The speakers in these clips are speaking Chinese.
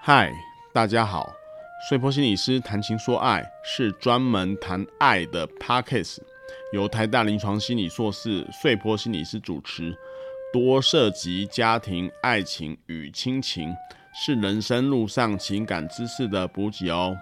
嗨，大家好，穗波心理师谈情说爱是专门谈爱的 Podcast， 由台大临床心理硕士穗波心理师主持，多涉及家庭、爱情与亲情，是人生路上情感知识的补给哦。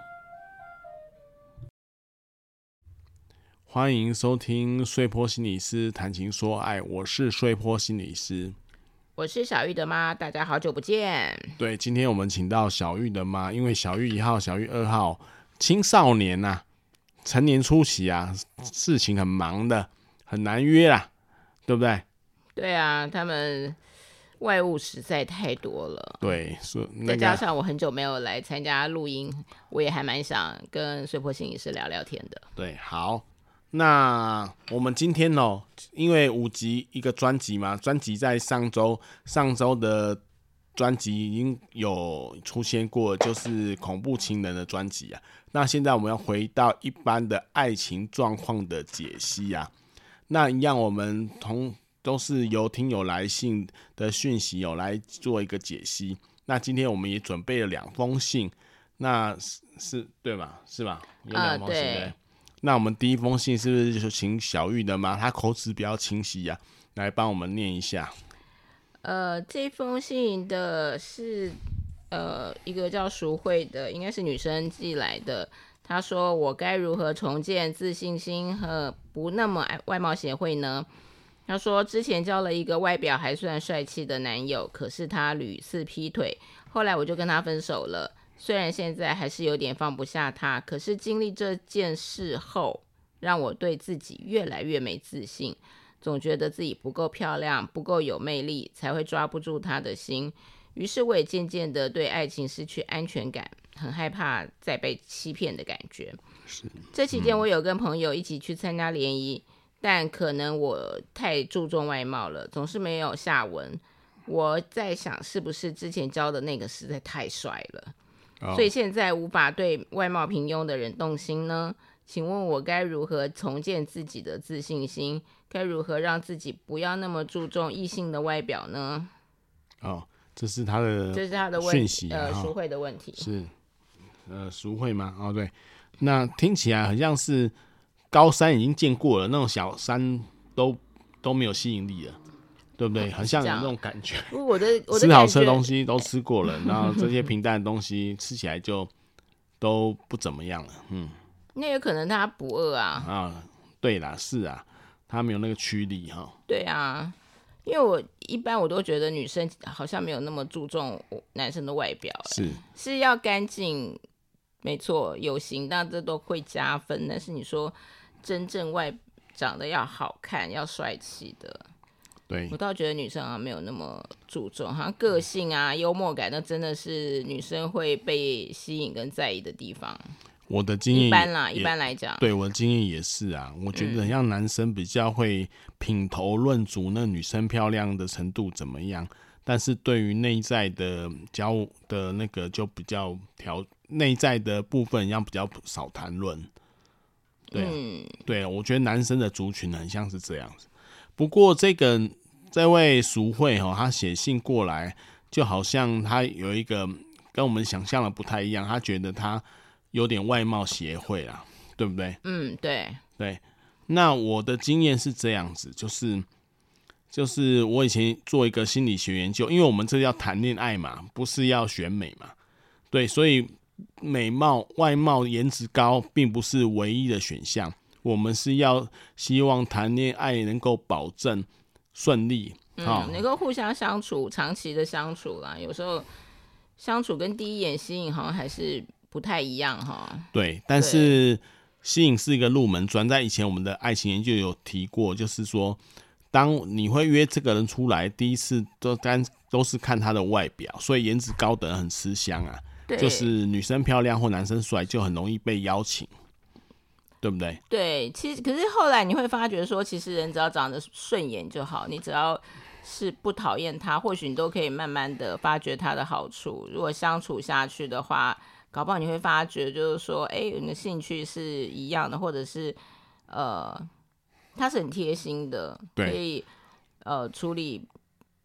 欢迎收听穗波心理师谈情说爱，我是穗波心理师。 我是小玉的妈，大家好久不见。 对，今天我们请到小玉的妈，因为小玉1号、小玉2号，青少年啊，成年初期啊，事情很忙的，很难约啦，对不对？ 对啊，他们外务实在太多了。 对， 再加上我很久没有来参加录音，我也还蛮想跟穗波心理师聊聊天的。 对，好。那我们今天因为5集一个专辑嘛，专辑在上周的专辑已经有出现过，就是恐怖情人的专辑啊。那现在我们要回到一般的爱情状况的解析啊。那一样，我们都是由听友来信的讯息来做一个解析。那今天我们也准备了2封信，那是对吧？是吧？有2封信对。那我们第一封信是不是就请小玉的妈，她口齿比较清晰啊，来帮我们念一下。 这封信的是一个叫淑慧的，应该是女生寄来的。她说：“我该如何重建自信心和不那么外貌协会呢？”她说：“之前交了一个外表还算帅气的男友，可是他屡次劈腿，后来我就跟他分手了。虽然现在还是有点放不下他，可是经历这件事后，让我对自己越来越没自信，总觉得自己不够漂亮，不够有魅力，才会抓不住他的心。于是我也渐渐的对爱情失去安全感，很害怕再被欺骗的感觉。这期间我有跟朋友一起去参加联谊，但可能我太注重外貌了，总是没有下文。我在想，是不是之前交的那个实在太帅了，所以现在无法对外貌平庸的人动心呢？请问我该如何重建自己的自信心？该如何让自己不要那么注重异性的外表呢？ 这是他的讯息淑慧的问题是淑慧吗？对，那听起来很像是高山已经见过了，那种小山都没有吸引力了。对不对？很像有那种感觉。 我的吃好吃的东西都吃过了，然后这些平淡的东西吃起来就都不怎么样了。 那有可能他不饿啊。 对啦，是啊，他没有那个驱力哈。 对啊，因为我一般我都觉得女生好像没有那么注重男生的外表，是要干净，没错，有型，但这都会加分。但是你说真正长得要好看、要帅气的。 对， 我倒觉得女生好像没有那么注重，好像个性啊、幽默感，那真的是女生会被吸引跟在意的地方。 我的经验一般来讲， 对我的经验也是啊。我觉得很像男生比较会品头论足，那女生漂亮的程度怎么样，但是对于内在的那个就比较内在的部分，一样比较少谈论。对，我觉得男生的族群很像是这样子。不过这位淑慧他写信过来，就好像他有一个跟我们想象的不太一样，他觉得他有点外貌协会啦，对不对？对。那我的经验是这样子，就是我以前做一个心理学研究，因为我们这要谈恋爱嘛，不是要选美嘛，对，所以外貌、颜值高并不是唯一的选项。我们是希望谈恋爱能够保证顺利， 能够互相相处，长期的相处啦。有时候相处跟第一眼吸引好像还是不太一样哈。 对，但是吸引是一个入门砖，在以前我们的爱情研究有提过，就是说，当你会约这个人出来，第一次都是看他的外表，所以颜值高的人很吃香啊。就是女生漂亮或男生帅，就很容易被邀请。对不对？ 对，其实可是后来你会发觉说，其实人只要长得顺眼就好，你只要是不讨厌他，或许你都可以慢慢的发掘他的好处。如果相处下去的话，搞不好你会发觉就是说，你的兴趣是一样的，或者是他是很贴心的，可以处理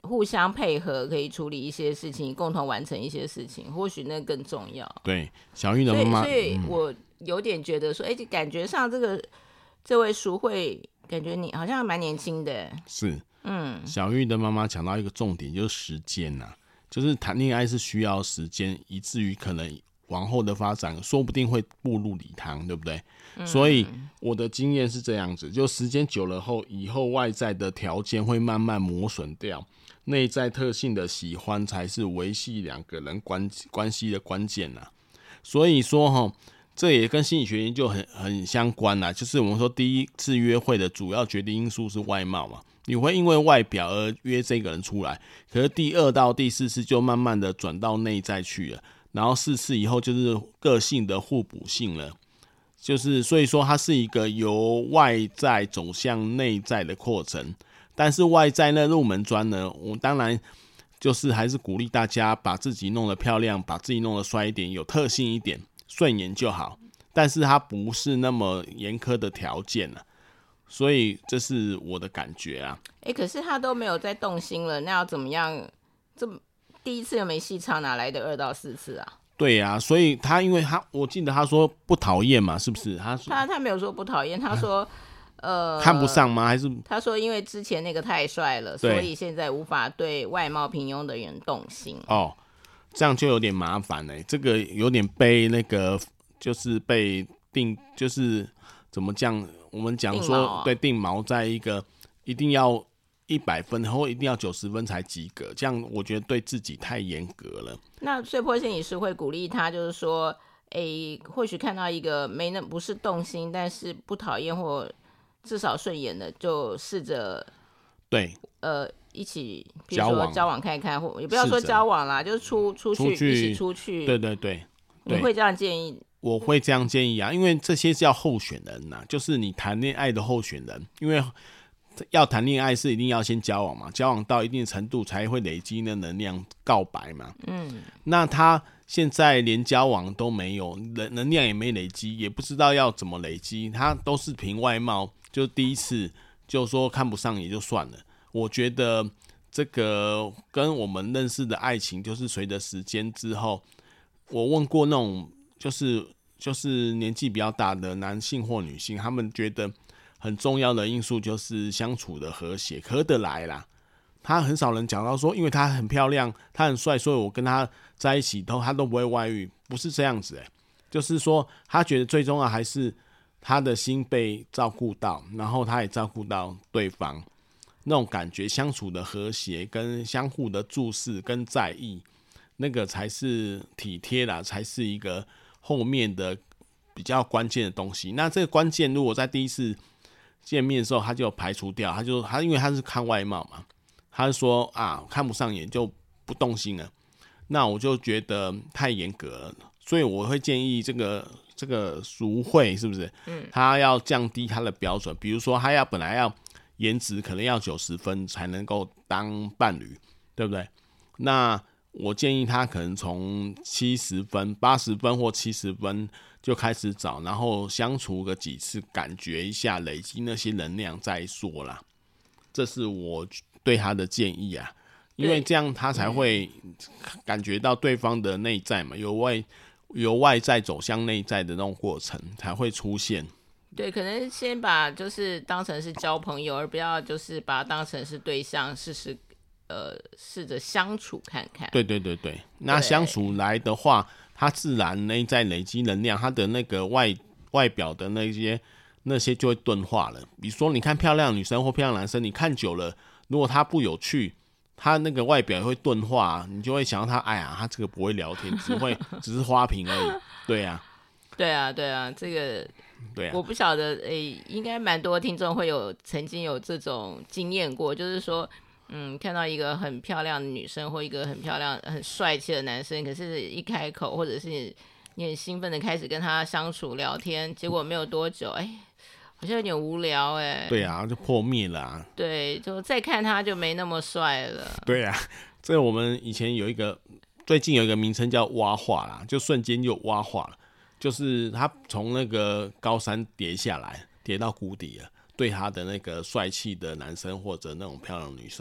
互相配合，可以处理一些事情，共同完成一些事情，或许那更重要。 对，小玉的妈妈， 所以我有点觉得说，就感觉上这位淑慧，感觉你好像蛮年轻的。 是，小玉的妈妈讲到一个重点，就是时间呐、就是谈恋爱是需要时间，以至于可能往后的发展，说不定会步入礼堂，对不对？所以我的经验是这样子，就时间久了后，以后外在的条件会慢慢磨损掉，内在特性的喜欢才是维系两个人关系的关键呐。所以说这也跟心理学研究很相关啦。就是我们说第一次约会的主要决定因素是外貌嘛，你会因为外表而约这个人出来，可是第2到第4次就慢慢的转到内在去了，然后4次以后就是个性的互补性了。就是所以说它是一个由外在走向内在的过程，但是外在那入门砖呢，我当然就是还是鼓励大家把自己弄得漂亮，把自己弄得帅一点，有特性一点，顺眼就好，但是它不是那么严苛的条件啊，所以这是我的感觉啊。 可是他都没有再动心了，那要怎么样？这第一次又没戏唱，哪来的2到4次啊？ 对啊，所以因为我记得他说不讨厌嘛，是不是？ 他没有说不讨厌，他说看不上吗？还是他说因为之前那个太帅了，所以现在无法对外貌平庸的人动心。 哦，这样就有点麻烦了。这个有点被那个就是被就是怎么讲？我们讲说对定锚在一个一定要100分或一定要90分才及格，这样我觉得对自己太严格了。 那穗波心理师会鼓励他，就是说，或许看到一个不是动心，但是不讨厌或至少顺眼的，就试着对一起，比如说交往看看，或也不要说交往啦，就是出去一起出去。 对对对， 你会这样建议？ 我会这样建议啊，因为这些叫候选人呐、就是你谈恋爱的候选人，因为要谈恋爱是一定要先交往嘛，交往到一定程度才会累积那能量告白嘛。那他现在连交往都没有，能量也没累积，也不知道要怎么累积，他都是凭外貌，就第一次就说看不上也就算了。我觉得这个跟我们认识的爱情，就是随着时间之后，我问过那种就是年纪比较大的男性或女性，他们觉得很重要的因素就是相处的和谐，合得来啦。他很少人讲到说，因为他很漂亮，他很帅，所以我跟他在一起他都不会外遇，不是这样子就是说他觉得最重要还是他的心被照顾到，然后他也照顾到对方，那种感觉相处的和谐跟相互的注视跟在意，那个才是体贴啦，才是一个后面的比较关键的东西。那这个关键如果在第一次见面的时候他就排除掉，他因为他是看外貌嘛，他就说看不上眼就不动心了，那我就觉得太严格了，所以我会建议这个淑慧是不是？他要降低他的标准，比如说他本来要颜值可能要90分才能够当伴侣，对不对？那我建议他可能从70分、80分或70分就开始找，然后相处个几次，感觉一下，累积那些能量再说啦。这是我对他的建议啊，因为这样他才会感觉到对方的内在嘛，由外在走向内在的那种过程才会出现。 对，可能先把就是当成是交朋友，而不要就是把它当成是对象，试着相处看看。 对对对对，那相处来的话，他自然内在累积能量，他的那个外表的那些就会钝化了。比如说，你看漂亮女生或漂亮男生，你看久了，如果他不有趣，他那个外表也会钝化，你就会想到他，他这个不会聊天，只是花瓶而已。对啊， 对啊，对啊，这个。对啊，我不晓得，应该蛮多听众会曾经有这种经验过，就是说，看到一个很漂亮的女生或一个很漂亮、很帅气的男生，可是一开口或者是你很兴奋的开始跟他相处聊天，结果没有多久，好像有点无聊， 对啊，就破灭了啊。 对，就再看他就没那么帅了。 对啊，这我们以前最近有一个名称叫蛙化啦，就瞬间就蛙化了。就是他从那个高山跌下来，跌到谷底了，对他的那个帅气的男生或者那种漂亮的女生，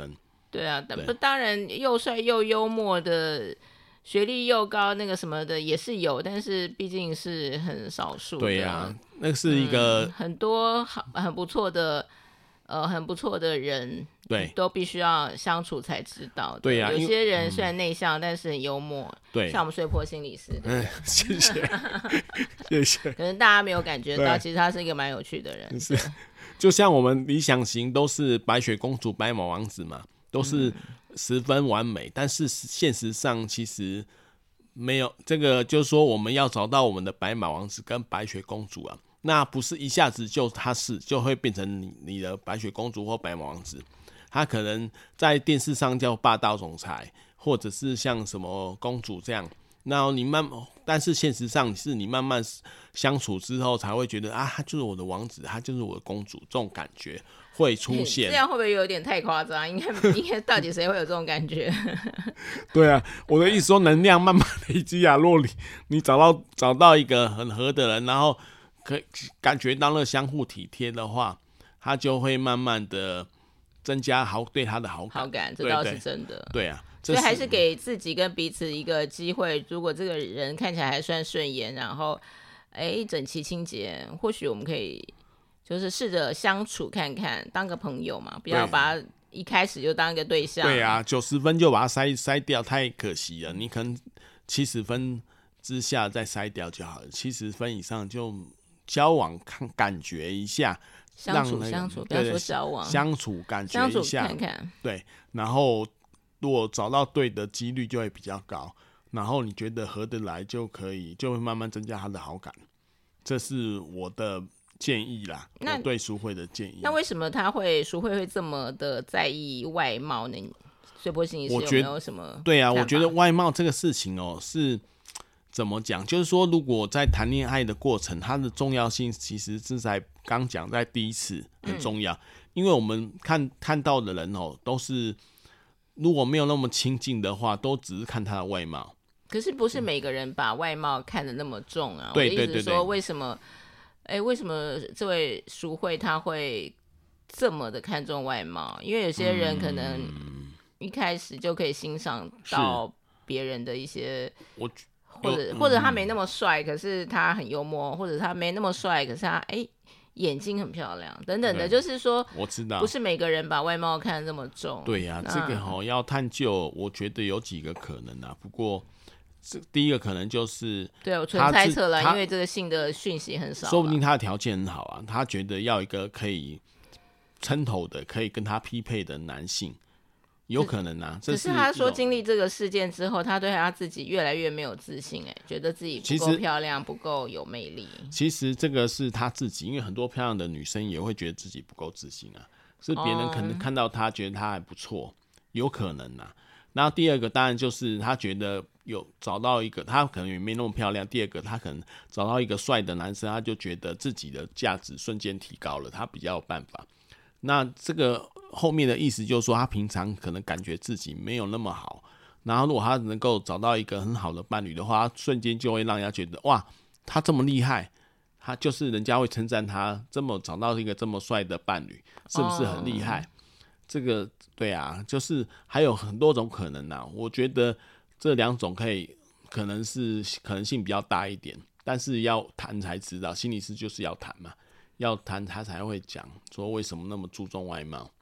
对啊，当然又帅又幽默的，学历又高，那个什么的也是有，但是毕竟是很少数的。 对啊，那是一个、 很多很不错的。很不错的人， 对， 都必须要相处才知道的。 对啊， 有些人虽然内向，但是很幽默。 对， 像我们穗波心理师。 谢谢，谢谢。 可能大家没有感觉到，其实他是一个蛮有趣的人。 是，就像我们理想型都是白雪公主、白马王子嘛，都是十分完美，但是现实上其实没有这个，就是说我们要找到我们的白马王子跟白雪公主啊。那不是一下子就会变成你的白雪公主或白马王子，他可能在电视上叫霸道总裁，或者是像什么公主这样。然后但是现实上是你慢慢相处之后才会觉得啊，他就是我的王子，他就是我的公主，这种感觉会出现。 这样会不会有点太夸张？应该到底谁会有这种感觉？ 对啊，我的意思说，能量慢慢累积啊。若你找到一个很合的人，然后可以感觉到那相互体贴的话，他就会慢慢的增加对他的好感。 这倒是真的。 对啊， 所以还是给自己跟彼此一个机会。如果这个人看起来还算顺眼，然后整齐清洁，或许我们可以就是试着相处看看，当个朋友嘛，不要把他一开始就当一个对象。 对啊，90分就把它筛掉，太可惜了。你可能70分之下再筛掉就好了，70分以上就交往看感觉一下， 相处，不要说交往， 相处感觉一下， 看看。 对，然后如果找到对的几率就会比较高，然后你觉得合得来就会慢慢增加他的好感。这是我的建议啦，我对淑慧的建议。 那为什么淑慧会这么的在意外貌呢？穗波心理师有没有什么？ 对啊，我觉得外貌这个事情是怎么讲？就是说，如果在谈恋爱的过程，它的重要性其实是刚讲在第一次很重要，因为我们看到的人都是如果没有那么亲近的话，都只是看他的外貌。 可是不是每个人把外貌看得那么重啊？ 对， 我的意思是说，为什么这位淑慧他会这么的看重外貌？因为有些人可能一开始就可以欣赏到别人的一些，或者他没那么帅，可是他很幽默，或者他没那么帅，可是他眼睛很漂亮等等的，就是说我知道不是每个人把外貌看得这么重。 对啊，这个要探究，我觉得有几个可能啊。不过第一个可能就是对我纯猜测了，因为这个性的讯息很少， 说不定他的条件很好啊，他觉得要一个可以撑头的，可以跟他匹配的男性。有可能啊， 只是他说经历这个事件之后，他对他自己越来越没有自信，觉得自己不够漂亮，不够有魅力。 其实这个是他自己，因为很多漂亮的女生也会觉得自己不够自信啊，是别人可能看到他觉得他还不错，有可能啊。然后第二个当然就是他觉得有找到一个，他可能也没那么漂亮。第二个他可能找到一个帅的男生，他就觉得自己的价值瞬间提高了，他比较有办法。那这个后面的意思就是说，他平常可能感觉自己没有那么好，然后如果他能够找到一个很好的伴侣的话，他瞬间就会让人家觉得哇，他这么厉害，他就是人家会称赞他找到一个这么帅的伴侣，是不是很厉害？这个对啊，就是还有很多种可能啊。我觉得这两种可能性比较大一点，但是要谈才知道，心理师就是要谈嘛。要谈他才会讲说为什么那么注重外貌。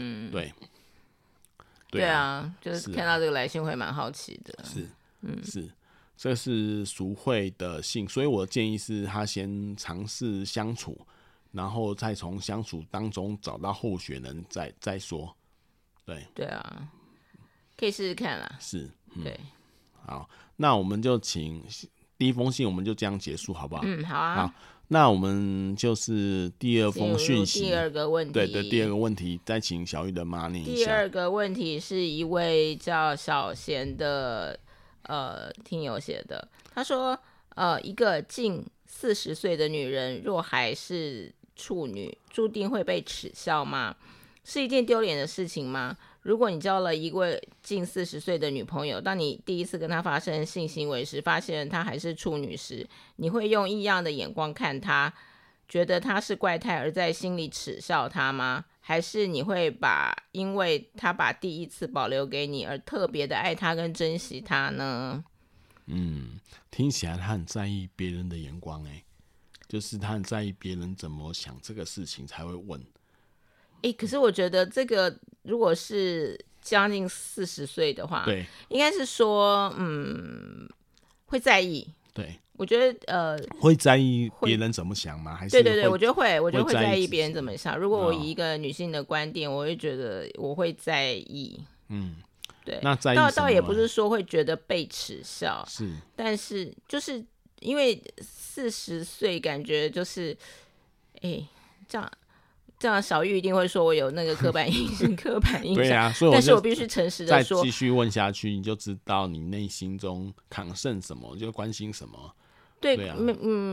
对啊， 就是看到这个来信会蛮好奇的。 是，这是淑慧的信，所以我的建议是他先尝试相处，然后再从相处当中找到候选人再说。对啊，可以试试看啦。 是， 对。 好，那我们就请第一封信，我们就这样结束，好不好？ 好啊。 好，那我们就是第二封讯息， 第二个问题。 对，第二个问题，再请小玉的妈念一下。 第二个问题是一位叫小贤的听友写的，他说一个近40岁的女人若还是处女，注定会被耻笑吗？是一件丢脸的事情吗？如果你交了一位近40岁的女朋友，当你第一次跟她发生性行为时，发现她还是处女时，你会用异样的眼光看她，觉得她是怪胎而在心里耻笑她吗？ 还是你会因为他把第一次保留给你而特别的爱他跟珍惜他呢？ 听起来他很在意别人的眼光，就是他很在意别人怎么想这个事情才会问。 可是我觉得这个如果是将近40岁的话， 对， 应该是说会在意。 对， 我觉得会在意别人怎么想吗？还是对对对，我觉得会在意别人么怎么想。如果我以一个女性的观点，我会觉得我会在意。对， 那在意什么倒也不是说会觉得被耻笑， 是， 但是就是因为40岁，感觉就是这样小玉一定会说我有那个刻板印象， 对啊，所以但是我必须诚实的说， 再继续问下去，你就知道你内心中抗胜什么，就关心什么。 对啊，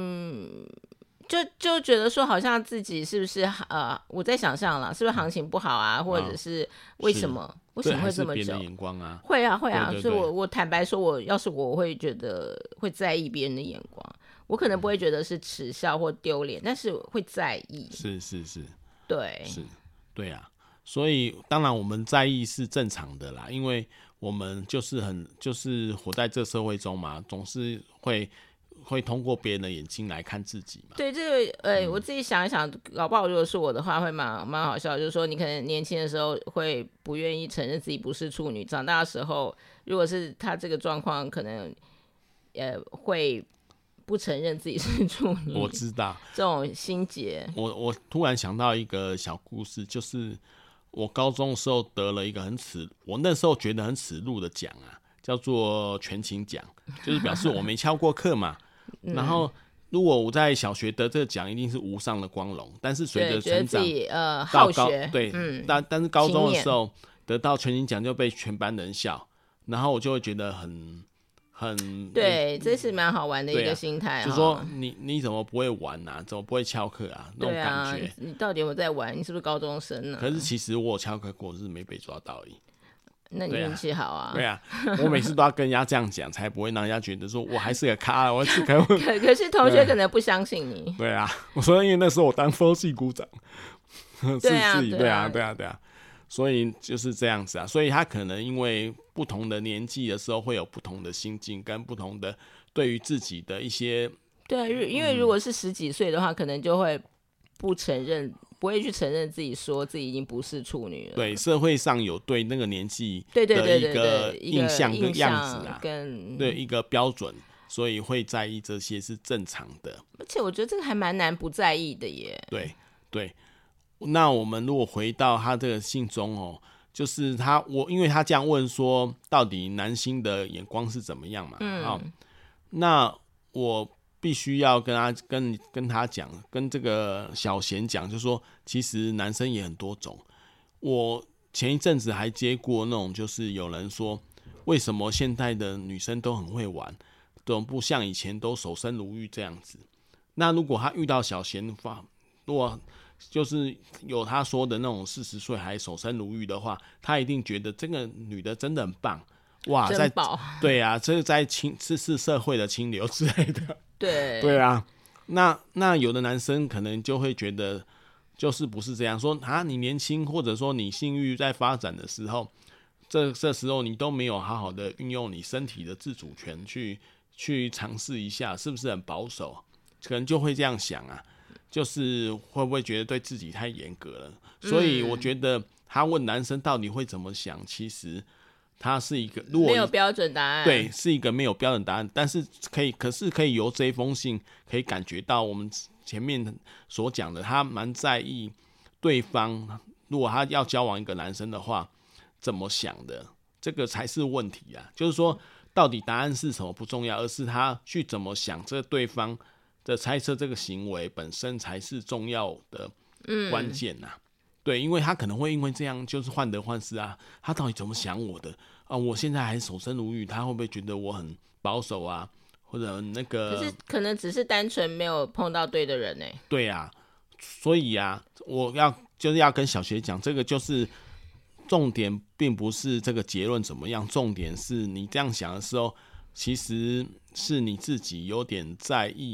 就觉得说好像自己是不是我在想象了，是不是行情不好啊，或者是为什么会这么还是别人眼光啊？ 会啊， 对， 所以我坦白说，要是我会觉得会在意别人的眼光，我可能不会觉得是耻笑或丢脸，但是会在意。 是， 对， 是，对啊。所以当然我们在意是正常的啦，因为我们就是活在这社会中嘛，总是会通过别人的眼睛来看自己嘛。 对，这个我自己想一想，搞不好如果是我的话，会蛮好笑。就是说，你可能年轻的时候会不愿意承认自己不是处女，长大的时候，如果是他这个状况，可能会不承认自己是处女。 我知道这种心结。 我突然想到一个小故事，就是我高中的时候得了一个我那时候觉得很耻辱的奖啊，叫做全勤奖，就是表示我没翘过课嘛。然后如果我在小学得这个奖，一定是无上的光荣。但是随着成长， 好学， 对，但是高中的时候得到全勤奖就被全班人笑，然后我就会觉得很对，这是蛮好玩的一个心态， 就说你怎么不会玩啊？怎么不会翘课啊？那种感觉， 你到底有没有在玩？你是不是高中生呢？ 可是其实我有翘课过，是没被抓到而已。 那你运气好啊！ 对啊，我每次都要跟人家这样讲，才不会让人家觉得说我还是个咖，我是可可是同学可能不相信你。 对啊，我说因为那时候我当风系股长， 对啊， 对啊，所以就是这样子啊。所以他可能因为不同的年纪的时候，会有不同的心境跟不同的对于自己的一些因为如果是10几岁的话，可能就会不会去承认自己说自己已经不是处女了。 对，社会上有对那个年纪的一个印象跟样子啊， 对一个标准，所以会在意这些是正常的。 而且我觉得这个还蛮难不在意的耶。 对，那我们如果回到他这个信中就是因为他这样问说，到底男性的眼光是怎么样嘛？那我必须要跟他讲，跟这个小贤讲，就是说，其实男生也很多种。我前一阵子还接过那种，就是有人说，为什么现在的女生都很会玩，都不像以前都守身如玉这样子？那如果他遇到小贤如果就是有他说的那种40岁还守身如玉的话，他一定觉得这个女的真的很棒。哇，对啊，这是在是社会的清流之类的。对啊，那有的男生可能就会觉得，就是不是这样说啊？你年轻，或者说你性欲在发展的时候，这时候你都没有好好的运用你身体的自主权去尝试一下，是不是很保守？可能就会这样想啊，就是会不会觉得对自己太严格了？所以我觉得他问男生到底会怎么想，其实它是一个没有标准答案， 对，是一个没有标准答案，但是可以由这一封信可以感觉到我们前面所讲的，他蛮在意对方，如果他要交往一个男生的话，怎么想的，这个才是问题啊。就是说，到底答案是什么不重要，而是他去怎么想，这对方的猜测这个行为本身才是重要的关键啊。对，因为他可能会因为这样就是患得患失啊，他到底怎么想我的啊？我现在还守身如玉，他会不会觉得我很保守啊？或者那个， 可是可能只是单纯没有碰到对的人呢。 对啊，所以啊，我就是要跟小学讲，这个就是重点，并不是这个结论怎么样，重点是你这样想的时候，其实是你自己有点在意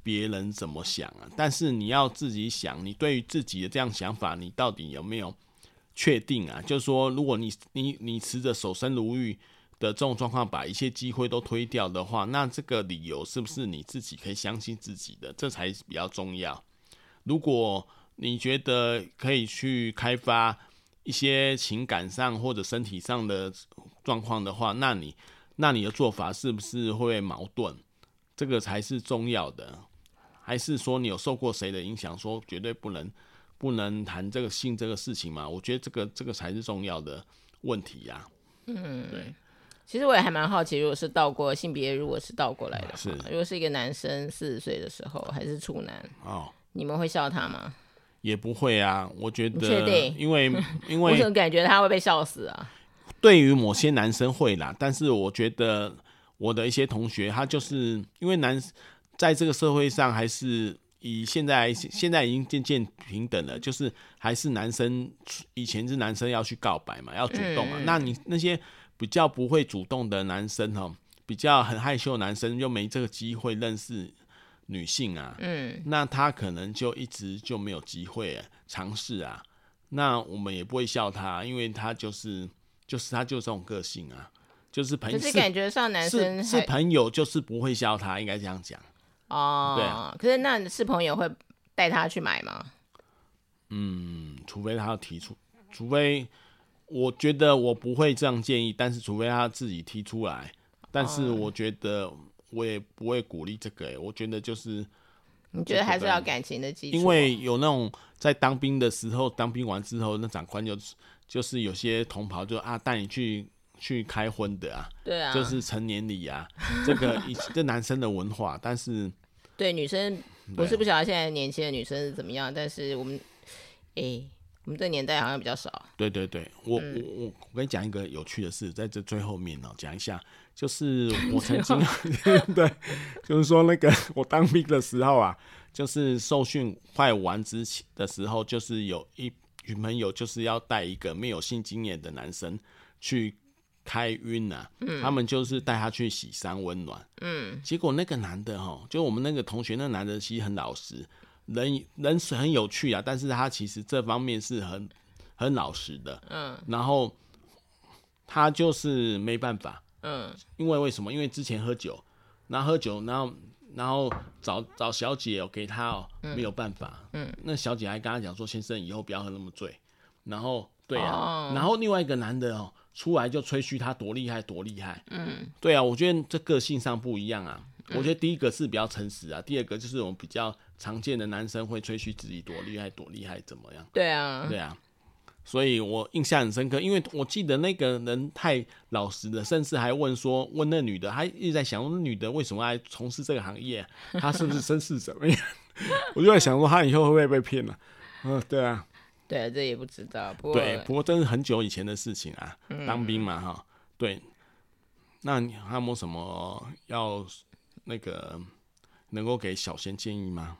别人怎么想啊，但是你要自己想，你对于自己的这样想法，你到底有没有确定啊？就是说，如果你持着守身如玉的这种状况，把一切机会都推掉的话，那这个理由是不是你自己可以相信自己的？这才比较重要。如果你觉得可以去开发一些情感上或者身体上的状况的话，那你的做法是不是会矛盾？这个才是重要的。还是说你有受过谁的影响，说绝对不能谈这个性这个事情嘛？我觉得这个才是重要的问题呀。对。 其实我也还蛮好奇，如果是性别如果是倒过来的话， 是如果是一个男生40岁的时候还是处男， 哦， 你们会笑他吗？ 也不会啊，我觉得， 你确定？ 因为我怎么感觉他会被笑死啊？ 对于某些男生会啦，但是我觉得我的一些同学，他就是因为在这个社会上还是现在已经渐渐平等了，就是还是男生以前是男生要去告白嘛，要主动嘛，那你那些比较不会主动的男生比较很害羞的男生又没这个机会认识女性啊，那他可能就一直就没有机会尝试啊，那我们也不会笑他，因为他就是他就这种个性啊，就是可是感觉上男生是朋友，就是不会笑他，应该这样讲。 哦，对啊。可是那是朋友会带他去买吗？ 除非他要提出，除非我觉得我不会这样建议，但是除非他自己提出来，但是我觉得我也不会鼓励这个。我觉得就是你觉得还是要感情的基础， 因为有那种在当兵的时候，当兵完之后，那长官就是有些同袍就带你去开荤的啊， 对啊， 就是成年礼啊，这男生的文化，但是对女生，我是不晓得现在年轻的女生是怎么样，但是我们这个年代好像比较少。 对，我跟你讲一个有趣的事，在这最后面讲一下，就是我曾经对，就是说那个我当兵的时候啊，就是受训快完之前的时候，就是有一群朋友就是要带一个没有性经验的男生去开晕啊，他们就是带他去洗山温暖，结果那个男的就我们那个同学，那个男的其实很老实，人是很有趣啊，但是他其实这方面是很老实的，然后他就是没办法，因为什么？因为之前喝酒，然后找小姐给他没有办法，那小姐还跟他讲说，先生以后不要喝那么醉，然后对啊，然后另外一个男的出来就吹嘘他多厉害多厉害，对啊，我觉得这个性上不一样啊。我觉得第一个是比较诚实啊，第二个就是我们比较常见的男生会吹嘘自己多厉害多厉害怎么样？ 对啊， 所以我印象很深刻，因为我记得那个人太老实了，甚至还问那女的，他一直在想那女的为什么来从事这个行业，她是不是身世怎么样？我就在想说，她以后会不会被骗了？对啊， 对，这也不知道。不过真是很久以前的事情啊，当兵嘛对。那你还有没有什么要那个能够给小贤建议吗？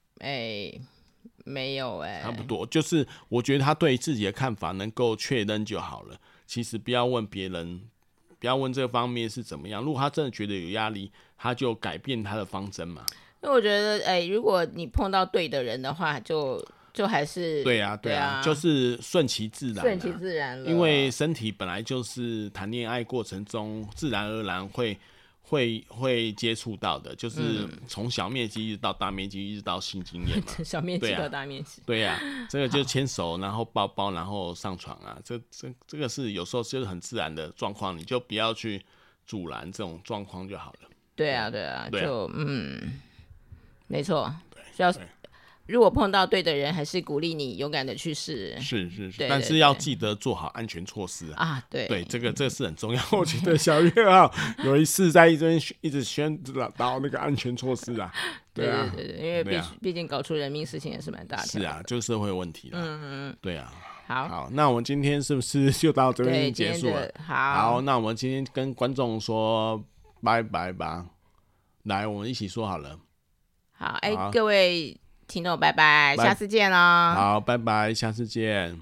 没有差不多，就是我觉得他对自己的看法能够确认就好了。其实不要问别人，不要问这个方面是怎么样。如果他真的觉得有压力，他就改变他的方针嘛。 因为我觉得，如果你碰到对的人的话，就还是对啊，就是顺其自然， 顺其自然了。 因为身体本来就是谈恋爱过程中自然而然会接触到的，就是从小面积一直到大面积，一直到性经验嘛。 小面积到大面积。 对啊，这个就牵手，然后抱抱，然后上床啊，这个是有时候就是很自然的状况，你就不要去阻拦这种状况就好了。 对啊，就没错。如果碰到对的人，还是鼓励你勇敢的去试。 是，但是要记得做好安全措施啊。对，这个是很重要。我觉得小月有一次在一直宣导那个安全措施啊。对， 因为毕竟搞出人命事情也是蛮大的。 是啊，就是社会问题啦。对啊。 好， 那我们今天是不是就到这边结束了？ 好， 那我们今天跟观众说拜拜吧。来，我们一起说好了。 好，各位听众拜拜，下次见咯。 好，拜拜，下次见。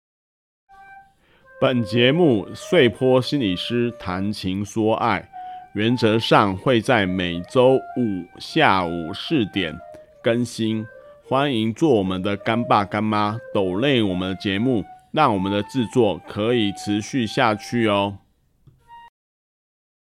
本节目穗波心理师谈情说爱， 原则上会在每周五下午4点更新。欢迎做我们的干爸干妈，抖内我们的节目，让我们的制作可以持续下去哦。